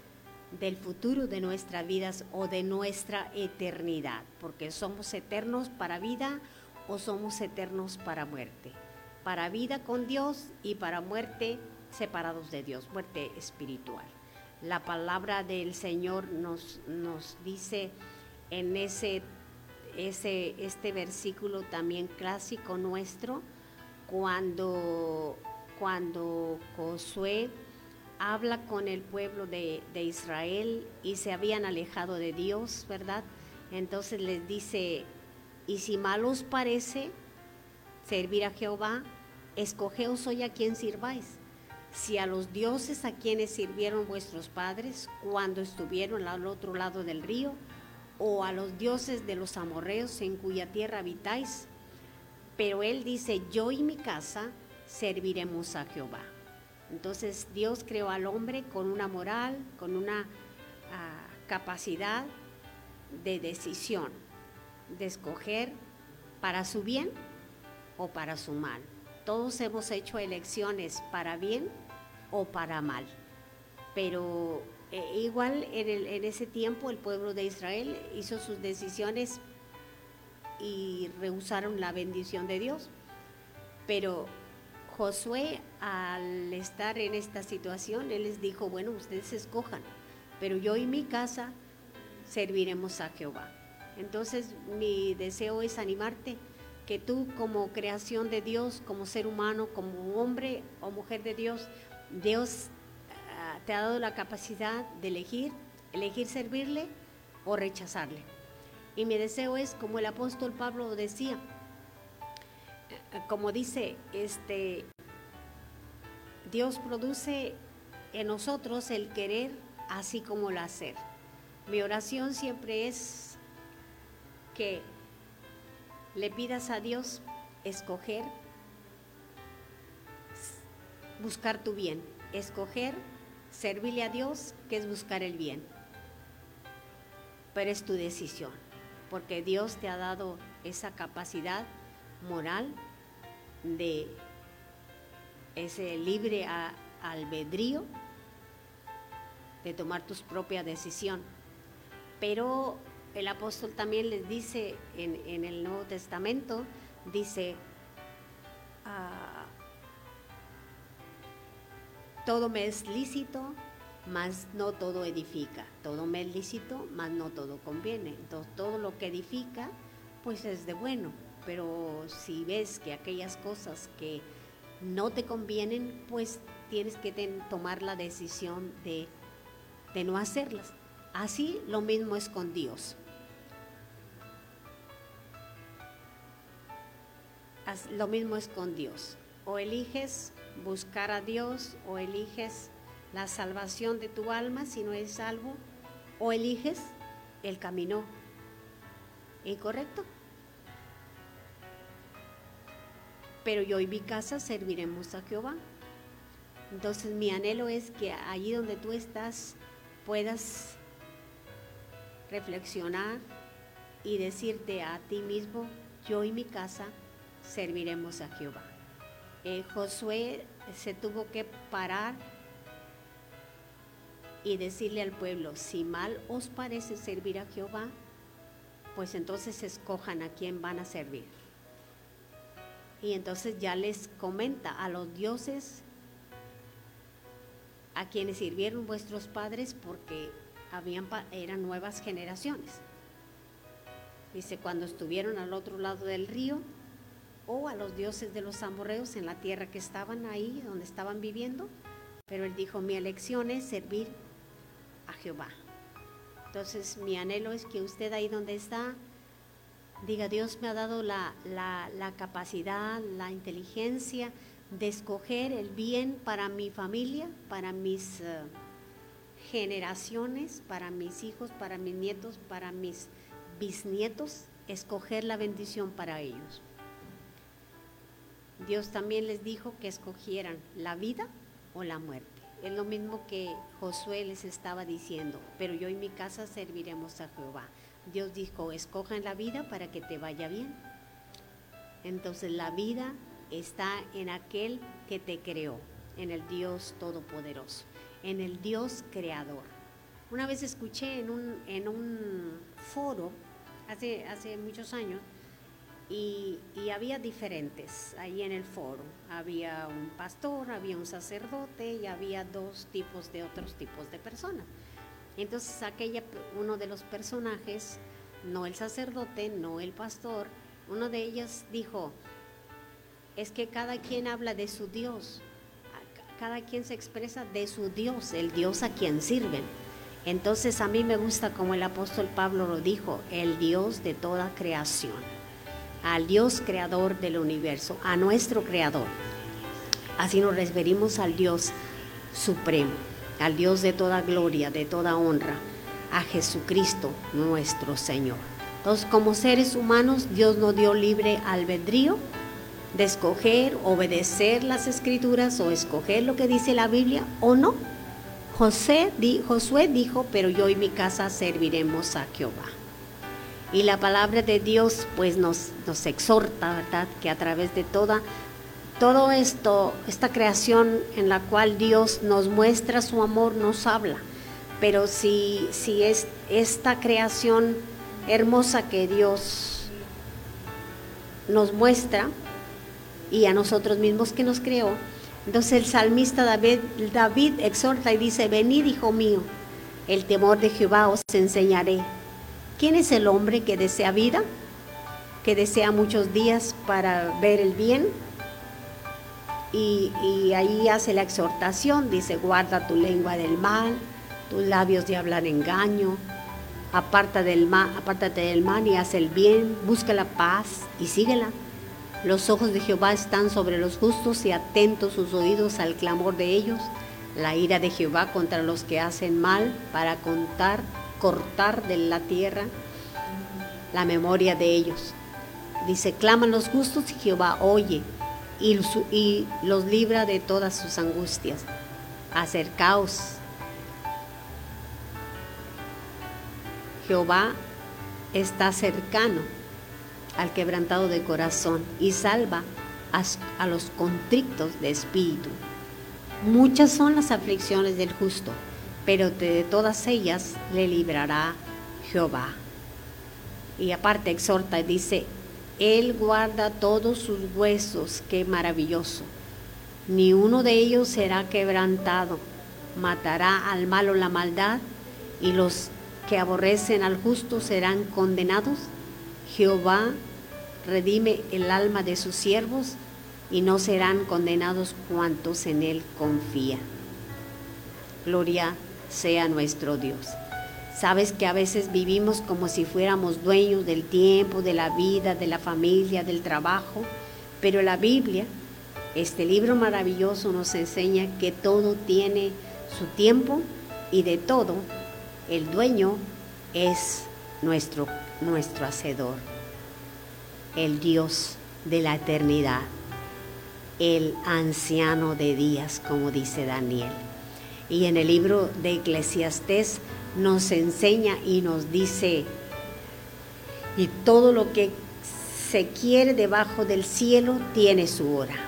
del futuro de nuestras vidas o de nuestra eternidad, porque somos eternos para vida o somos eternos para muerte, para vida con Dios y para muerte separados de Dios, muerte espiritual. La palabra del Señor nos, nos dice en ese, ese, este versículo también clásico nuestro, cuando, cuando Josué habla con el pueblo de, de Israel y se habían alejado de Dios, ¿verdad? Entonces les dice, y si mal os parece servir a Jehová, escogeos hoy a quien sirváis. Si a los dioses a quienes sirvieron vuestros padres cuando estuvieron al otro lado del río, o a los dioses de los amorreos en cuya tierra habitáis. Pero él dice, yo y mi casa serviremos a Jehová. Entonces Dios creó al hombre con una moral, con una uh, capacidad de decisión, de escoger para su bien o para su mal. Todos hemos hecho elecciones para bien o para mal, pero eh, igual en, el, en ese tiempo el pueblo de Israel hizo sus decisiones y rehusaron la bendición de Dios. Pero Josué, al estar en esta situación, él les dijo, bueno, ustedes escojan, pero yo y mi casa serviremos a Jehová. Entonces mi deseo es animarte, que tú como creación de Dios, como ser humano, como hombre o mujer de Dios, Dios uh, te ha dado la capacidad de elegir, elegir servirle o rechazarle. Y mi deseo es, como el apóstol Pablo decía, como dice, este, Dios produce en nosotros el querer así como el hacer. Mi oración siempre es que le pidas a Dios escoger, buscar tu bien, escoger, servirle a Dios, que es buscar el bien. Pero es tu decisión, porque Dios te ha dado esa capacidad moral de ese libre a, albedrío de tomar tus propias decisiones. Pero el apóstol también les dice en, en el Nuevo Testamento, dice, uh, todo me es lícito, mas no todo edifica. Todo me es lícito, mas no todo conviene. Entonces todo lo que edifica, pues es de bueno. Pero si ves que aquellas cosas que no te convienen, pues tienes que ten, tomar la decisión de, de no hacerlas. Así lo mismo es con Dios. As, lo mismo es con Dios. O eliges buscar a Dios, o eliges la salvación de tu alma si no eres salvo, o eliges el camino incorrecto. Pero yo y mi casa serviremos a Jehová. Entonces mi anhelo es que allí donde tú estás puedas reflexionar y decirte a ti mismo, yo y mi casa serviremos a Jehová. Eh, Josué se tuvo que parar y decirle al pueblo, si mal os parece servir a Jehová, pues entonces escojan a quién van a servir. Y entonces ya les comenta, a los dioses a quienes sirvieron vuestros padres, porque habían, eran nuevas generaciones. Dice, cuando estuvieron al otro lado del río, o a los dioses de los amorreos en la tierra que estaban ahí, donde estaban viviendo. Pero él dijo, mi elección es servir a Jehová. Entonces mi anhelo es que usted ahí donde está, diga, Dios me ha dado la, la, la capacidad, la inteligencia de escoger el bien para mi familia, para mis uh, generaciones, para mis hijos, para mis nietos, para mis bisnietos, escoger la bendición para ellos. Dios también les dijo que escogieran la vida o la muerte. Es lo mismo que Josué les estaba diciendo, pero yo y mi casa serviremos a Jehová. Dios dijo, escojan la vida para que te vaya bien. Entonces la vida está en aquel que te creó, en el Dios Todopoderoso, en el Dios Creador. Una vez escuché en un, en un foro, hace, hace muchos años, y, y había diferentes ahí en el foro. Había un pastor, había un sacerdote y había dos tipos de otros tipos de personas. Entonces aquella, uno de los personajes, no el sacerdote, no el pastor, uno de ellos dijo, es que cada quien habla de su Dios, cada quien se expresa de su Dios, el Dios a quien sirven. Entonces a mí me gusta como el apóstol Pablo lo dijo, el Dios de toda creación, al Dios creador del universo, a nuestro creador. Así nos referimos al Dios supremo, al Dios de toda gloria, de toda honra, a Jesucristo nuestro Señor. Entonces, como seres humanos, Dios nos dio libre albedrío de escoger, obedecer las escrituras o escoger lo que dice la Biblia o no. José, di, Josué dijo, pero yo y mi casa serviremos a Jehová. Y la palabra de Dios pues nos, nos exhorta, ¿verdad? Que a través de toda, todo esto, esta creación en la cual Dios nos muestra su amor, nos habla. Pero si, si es esta creación hermosa que Dios nos muestra, y a nosotros mismos que nos creó, entonces el salmista David, David exhorta y dice, venid, hijo mío, el temor de Jehová os enseñaré. ¿Quién es el hombre que desea vida, que desea muchos días para ver el bien? Y, y ahí hace la exhortación, dice, guarda tu lengua del mal, tus labios de hablar engaño, aparta del mal, apártate del mal y haz el bien, busca la paz y síguela. Los ojos de Jehová están sobre los justos y atentos sus oídos al clamor de ellos. La ira de Jehová contra los que hacen mal, para contar, cortar de la tierra la memoria de ellos. Dice, claman los justos y Jehová oye y, y los libra de todas sus angustias. Acercaos. Jehová está cercano al quebrantado de corazón y salva a, a los contrictos de espíritu. Muchas son las aflicciones del justo, pero de todas ellas le librará Jehová. Y aparte exhorta y dice, Él guarda todos sus huesos, qué maravilloso. Ni uno de ellos será quebrantado. Matará al malo la maldad, y los que aborrecen al justo serán condenados. Jehová redime el alma de sus siervos, y no serán condenados cuantos en él confían. Gloria sea nuestro Dios. Sabes que a veces vivimos como si fuéramos dueños del tiempo, de la vida, de la familia, del trabajo, pero la Biblia, este libro maravilloso, nos enseña que todo tiene su tiempo y de todo el dueño es nuestro, nuestro hacedor, el Dios de la eternidad, el anciano de días, como dice Daniel. Y en el libro de Eclesiastés nos enseña y nos dice, y todo lo que se quiere debajo del cielo tiene su hora.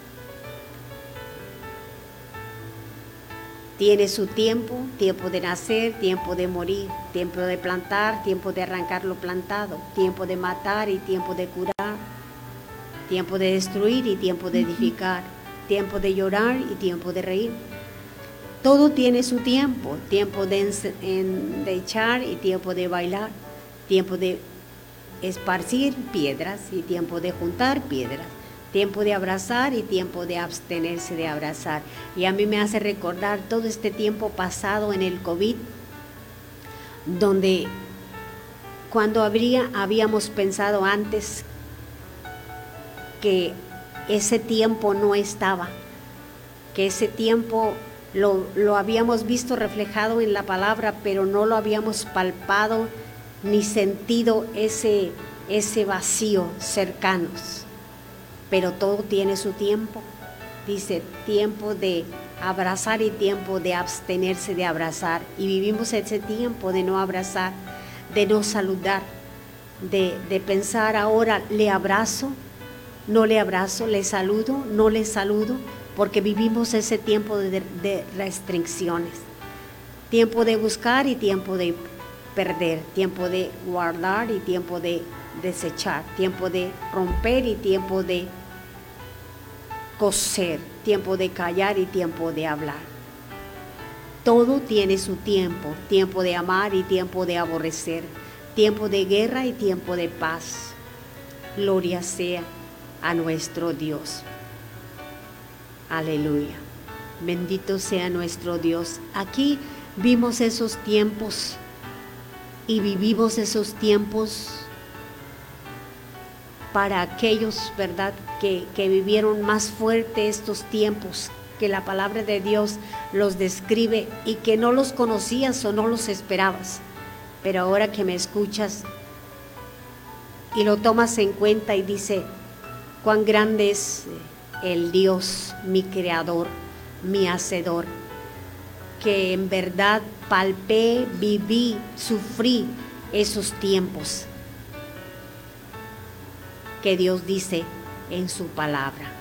Tiene su tiempo, tiempo de nacer, tiempo de morir, tiempo de plantar, tiempo de arrancar lo plantado, tiempo de matar y tiempo de curar, tiempo de destruir y tiempo de edificar, tiempo de llorar y tiempo de reír. Todo tiene su tiempo, tiempo de, en, de echar y tiempo de bailar, tiempo de esparcir piedras y tiempo de juntar piedras, tiempo de abrazar y tiempo de abstenerse de abrazar. Y a mí me hace recordar todo este tiempo pasado en el COVID, donde cuando habría, habíamos pensado antes que ese tiempo no estaba, que ese tiempo lo, lo habíamos visto reflejado en la palabra, pero no lo habíamos palpado ni sentido ese, ese vacío cercanos. Pero todo tiene su tiempo. Dice, tiempo de abrazar y tiempo de abstenerse de abrazar. Y vivimos ese tiempo de no abrazar, de no saludar, de, de pensar ahora, ¿le abrazo? ¿No le abrazo? ¿Le saludo? ¿No le saludo? Porque vivimos ese tiempo de, de restricciones. Tiempo de buscar y tiempo de perder, tiempo de guardar y tiempo de desechar, tiempo de romper y tiempo de coser, tiempo de callar y tiempo de hablar. Todo tiene su tiempo, tiempo de amar y tiempo de aborrecer, tiempo de guerra y tiempo de paz. Gloria sea a nuestro Dios. Aleluya. Bendito sea nuestro Dios. Aquí vimos esos tiempos y vivimos esos tiempos para aquellos, ¿verdad?, que, que vivieron más fuerte estos tiempos, que la palabra de Dios los describe y que no los conocías o no los esperabas. Pero ahora que me escuchas y lo tomas en cuenta y dice, cuán grande es el Dios, mi creador, mi hacedor, que en verdad palpé, viví, sufrí esos tiempos que Dios dice en su palabra.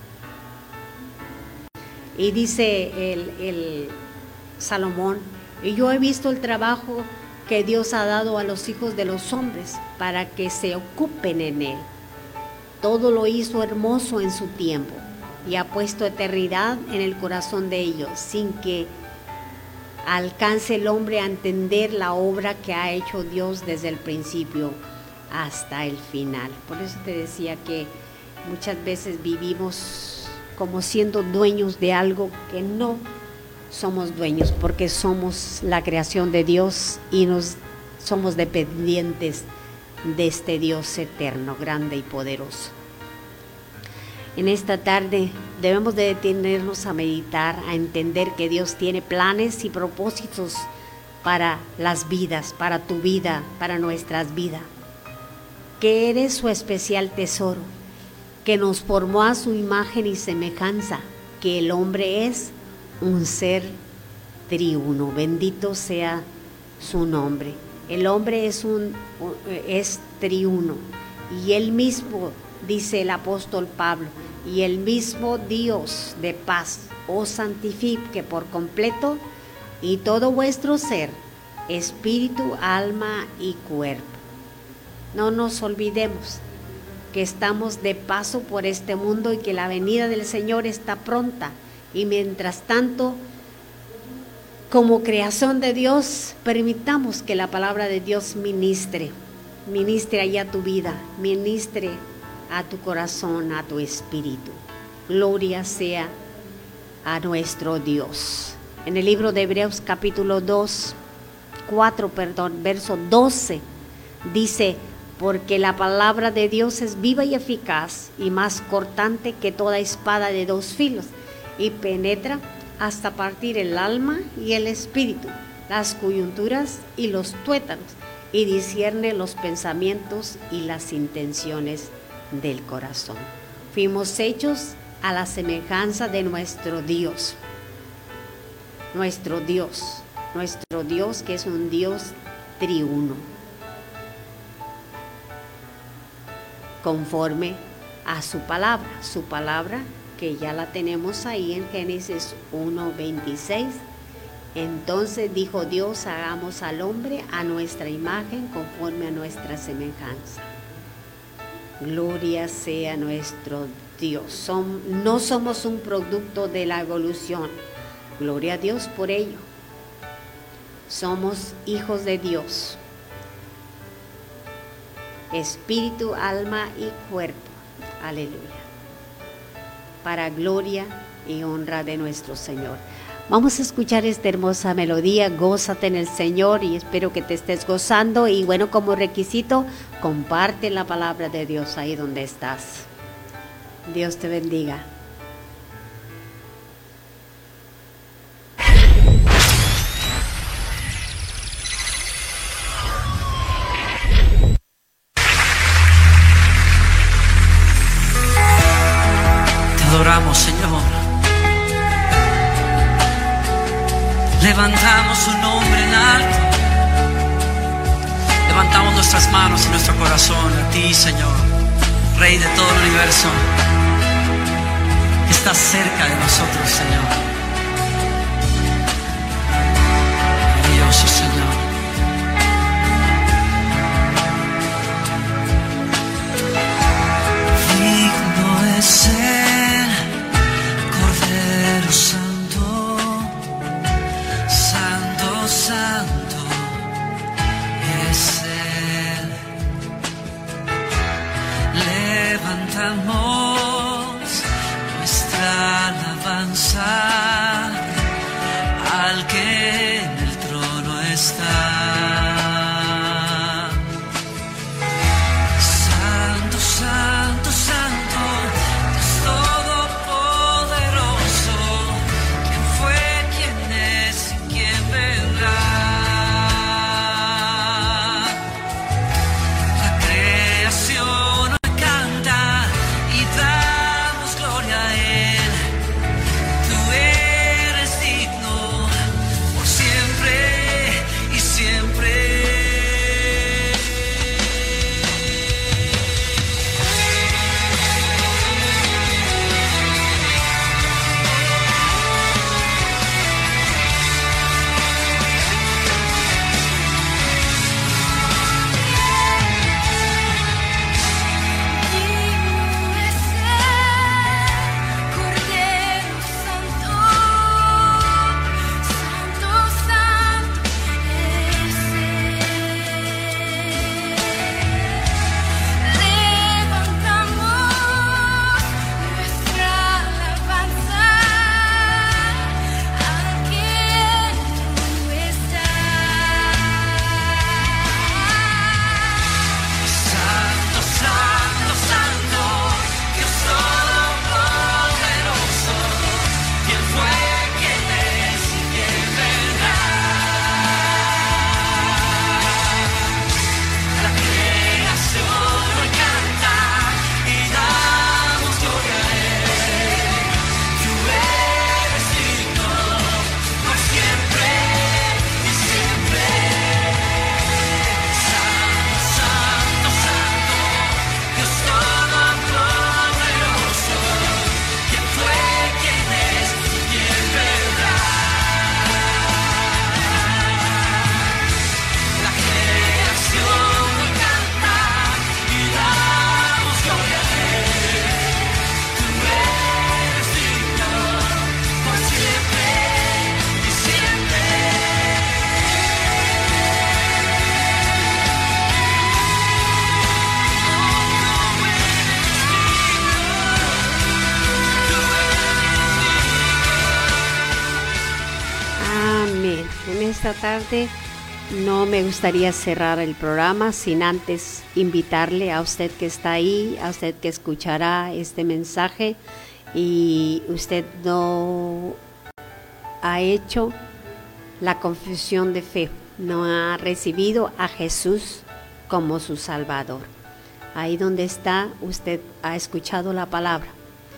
Y dice el, el Salomón, y yo he visto el trabajo que Dios ha dado a los hijos de los hombres para que se ocupen en él. Todo lo hizo hermoso en su tiempo y ha puesto eternidad en el corazón de ellos, sin que alcance el hombre a entender la obra que ha hecho Dios desde el principio hasta el final. Por eso te decía que muchas veces vivimos como siendo dueños de algo que no somos dueños, porque somos la creación de Dios y nos somos dependientes de este Dios eterno, grande y poderoso. En esta tarde debemos de detenernos a meditar, a entender que Dios tiene planes y propósitos para las vidas, para tu vida, para nuestras vidas, que eres su especial tesoro, que nos formó a su imagen y semejanza, que el hombre es un ser triuno. Bendito sea su nombre. El hombre es un es triuno y él mismo, dice el apóstol Pablo, y el mismo Dios de paz os santifique por completo y todo vuestro ser, espíritu, alma y cuerpo. No nos olvidemos que estamos de paso por este mundo y que la venida del Señor está pronta. Y mientras tanto, como creación de Dios, permitamos que la palabra de Dios ministre, ministre allá a tu vida, ministre a tu corazón, a tu espíritu. Gloria sea a nuestro Dios. En el libro de Hebreos capítulo dos, cuatro, perdón, verso doce, dice, porque la palabra de Dios es viva y eficaz y más cortante que toda espada de dos filos y penetra hasta partir el alma y el espíritu, las coyunturas y los tuétanos, y discierne los pensamientos y las intenciones del corazón. Fuimos hechos a la semejanza de nuestro Dios, nuestro Dios, nuestro Dios que es un Dios triuno, conforme a su palabra, su palabra que ya la tenemos ahí en Génesis uno veintiséis. Entonces dijo Dios, hagamos al hombre a nuestra imagen, conforme a nuestra semejanza. Gloria sea nuestro Dios. Son, no somos un producto de la evolución. Gloria a Dios por ello. Somos hijos de Dios. Espíritu, alma y cuerpo. Aleluya. Para gloria y honra de nuestro Señor. Vamos a escuchar esta hermosa melodía. Gózate en el Señor y espero que te estés gozando. Y bueno, como requisito, comparte la palabra de Dios ahí donde estás. Dios te bendiga. Adoramos, Señor. Levantamos su nombre en alto. Levantamos nuestras manos y nuestro corazón a ti, Señor, Rey de todo el universo, que estás cerca de nosotros, Señor. poderoso, Señor. Digno es el Cordero Santo, Santo, Santo es Él. Levantamos nuestra alabanza al que en el trono está. Santo, Santo, Santo, Dios Todopoderoso, ¿quién fue, quién es y quién vendrá? La creación hoy canta y damos gloria a Él. Tú eres digno por siempre y siempre. Cordero Santo, Santo, Santo es Él. Levantamos nuestra alabanza al que tú estás. Santo, Santo, Santo, Dios Todopoderoso, ¿quién fue, quién es y quién vendrá? La creación hoy canta y damos gloria a Él. Tú eres digno por siempre y siempre. Santo, Santo, Santo, Dios Todopoderoso, ¿quién fue, quién es y quién vendrá? La creación hoy canta y damos gloria a Él. Tú eres digno por siempre y siempre. Amén. En esta tarde no me gustaría cerrar el programa sin antes invitarle a usted que está ahí, a usted que escuchará este mensaje y usted no ha hecho la confesión de fe, no ha recibido a Jesús como su Salvador. Ahí donde está, usted ha escuchado la palabra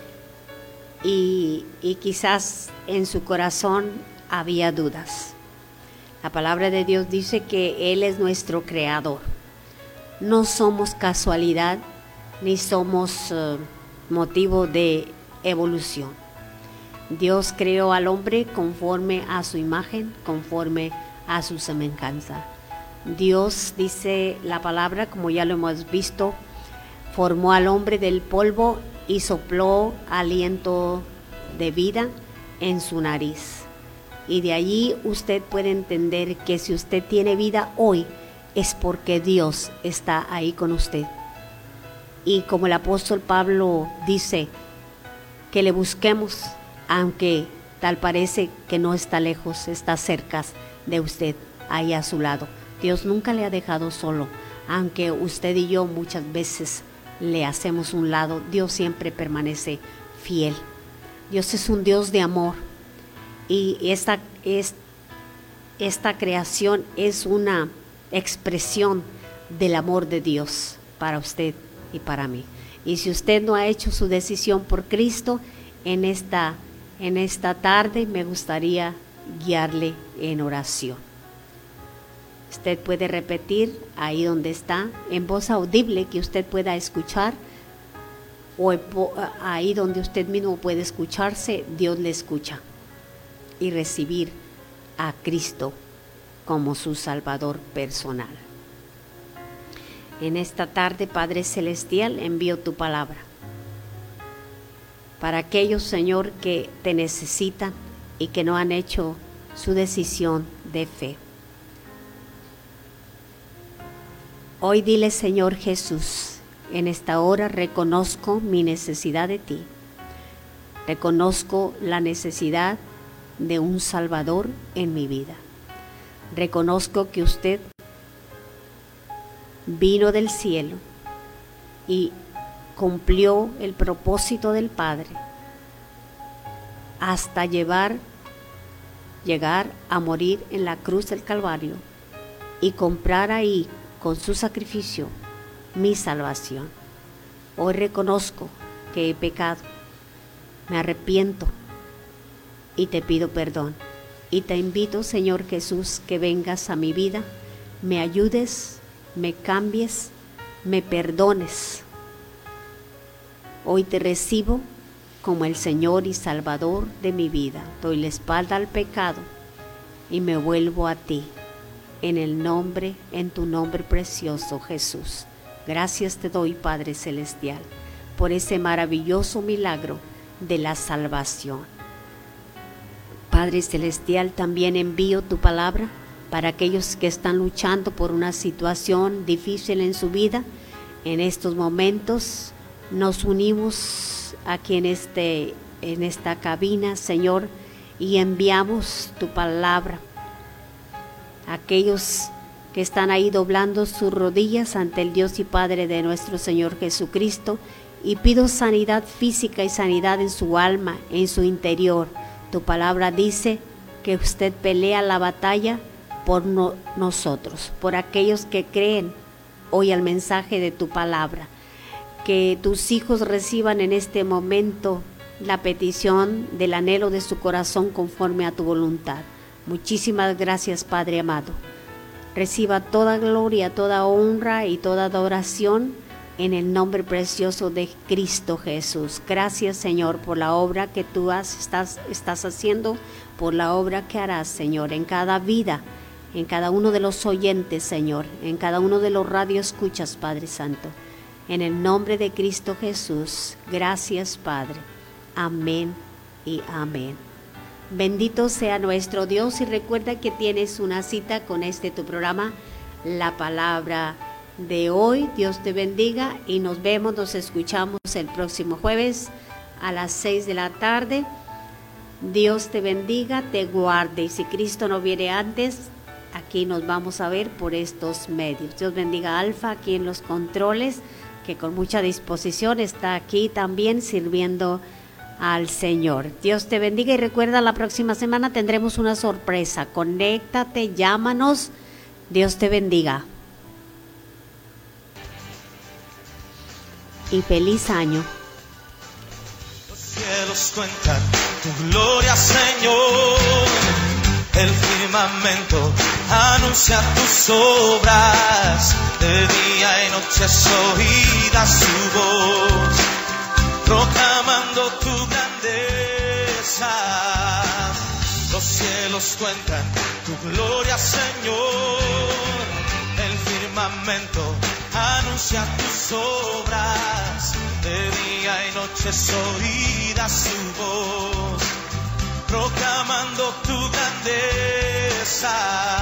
y, y quizás en su corazón había dudas. La palabra de Dios dice que Él es nuestro creador. No somos casualidad ni somos uh, motivo de evolución. Dios creó al hombre conforme a su imagen, conforme a su semejanza. Dios, dice la palabra, como ya lo hemos visto, formó al hombre del polvo y sopló aliento de vida en su nariz. Y de allí usted puede entender que si usted tiene vida hoy es porque Dios está ahí con usted. Y como el apóstol Pablo dice, que le busquemos, aunque tal parece que no está lejos, está cerca de usted, ahí a su lado. Dios nunca le ha dejado solo, aunque usted y yo muchas veces le hacemos un lado, Dios siempre permanece fiel. Dios es un Dios de amor y esta, es, esta creación es una expresión del amor de Dios para usted y para mí. Y si usted no ha hecho su decisión por Cristo, en esta, en esta tarde me gustaría guiarle en oración. Usted puede repetir ahí donde está, en voz audible que usted pueda escuchar, o ahí donde usted mismo puede escucharse, Dios le escucha, y recibir a Cristo como su Salvador personal. En esta tarde, Padre Celestial, envío tu palabra para aquellos, Señor, que te necesitan y que no han hecho su decisión de fe. Hoy dile, Señor Jesús, en esta hora reconozco mi necesidad de ti. Reconozco la necesidad de un Salvador en mi vida. Reconozco que usted vino del cielo y cumplió el propósito del Padre hasta llevar, llegar a morir en la cruz del Calvario y comprar ahí con su sacrificio mi salvación. Hoy reconozco que he pecado, me arrepiento y te pido perdón. Y te invito, Señor Jesús, que vengas a mi vida, me ayudes, me cambies, me perdones. Hoy te recibo como el Señor y Salvador de mi vida. Doy la espalda al pecado y me vuelvo a ti. En el nombre, en tu nombre precioso, Jesús. Gracias te doy, Padre Celestial, por ese maravilloso milagro de la salvación. Padre Celestial, también envío tu palabra para aquellos que están luchando por una situación difícil en su vida. En estos momentos nos unimos aquí en, este, en esta cabina, Señor, y enviamos tu palabra a aquellos que están ahí doblando sus rodillas ante el Dios y Padre de nuestro Señor Jesucristo, y pido sanidad física y sanidad en su alma, en su interior. Tu palabra dice que usted pelea la batalla por no, nosotros, por aquellos que creen hoy al mensaje de tu palabra. Que tus hijos reciban en este momento la petición del anhelo de su corazón conforme a tu voluntad. Muchísimas gracias, Padre amado. Reciba toda gloria, toda honra y toda adoración en el nombre precioso de Cristo Jesús. Gracias, Señor, por la obra que tú has, estás, estás haciendo, por la obra que harás, Señor, en cada vida, en cada uno de los oyentes, Señor, en cada uno de los radioescuchas, Padre Santo. En el nombre de Cristo Jesús, gracias, Padre. Amén y amén. Bendito sea nuestro Dios, y recuerda que tienes una cita con este tu programa, La Palabra de Hoy. Dios te bendiga y nos vemos, nos escuchamos el próximo jueves a las seis de la tarde. Dios te bendiga, te guarde, y si Cristo no viene antes, aquí nos vamos a ver por estos medios. Dios bendiga a Alfa aquí en los controles, que con mucha disposición está aquí también sirviendo al Señor. Dios te bendiga, y recuerda, la próxima semana tendremos una sorpresa. Conéctate, llámanos. Dios te bendiga. Y feliz año. Los cielos cuentan tu gloria, Señor. El firmamento anuncia tus obras. De día y noche es oída su voz, proclamando tu grandeza. Los cielos cuentan tu gloria, Señor. El firmamento anuncia tus obras. De día y noche es oída su voz, proclamando tu grandeza.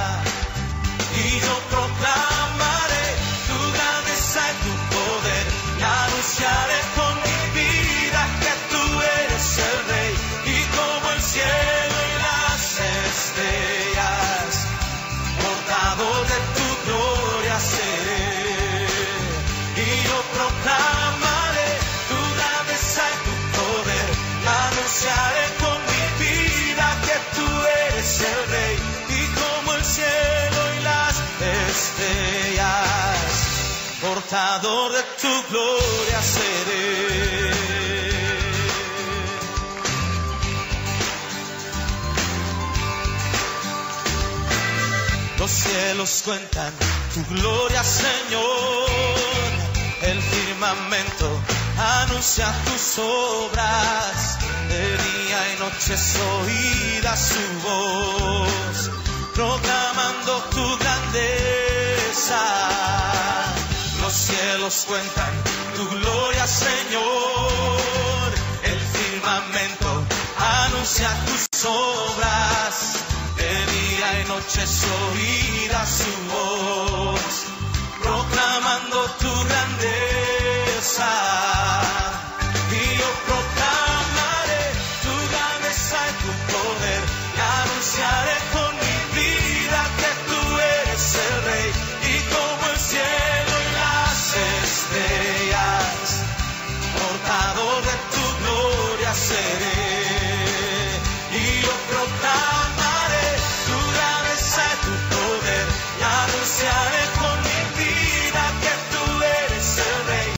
Y yo proclamaré tu grandeza y tu poder, y anunciaré con mi vida que tú eres el Rey. Y como el cielo y las estrellas, portador de tu gloria seré. Y yo proclamaré tu grandeza y tu poder, anunciaré con mi vida que tú eres el Rey. Y como el cielo y las estrellas, portador de tu gloria seré. Los cielos cuentan tu gloria, Señor. El firmamento anuncia tus obras. De día y noche es oída su voz, proclamando tu grandeza. Los cielos cuentan tu gloria, Señor. El firmamento anuncia tus obras. De día y noche se oirá su voz.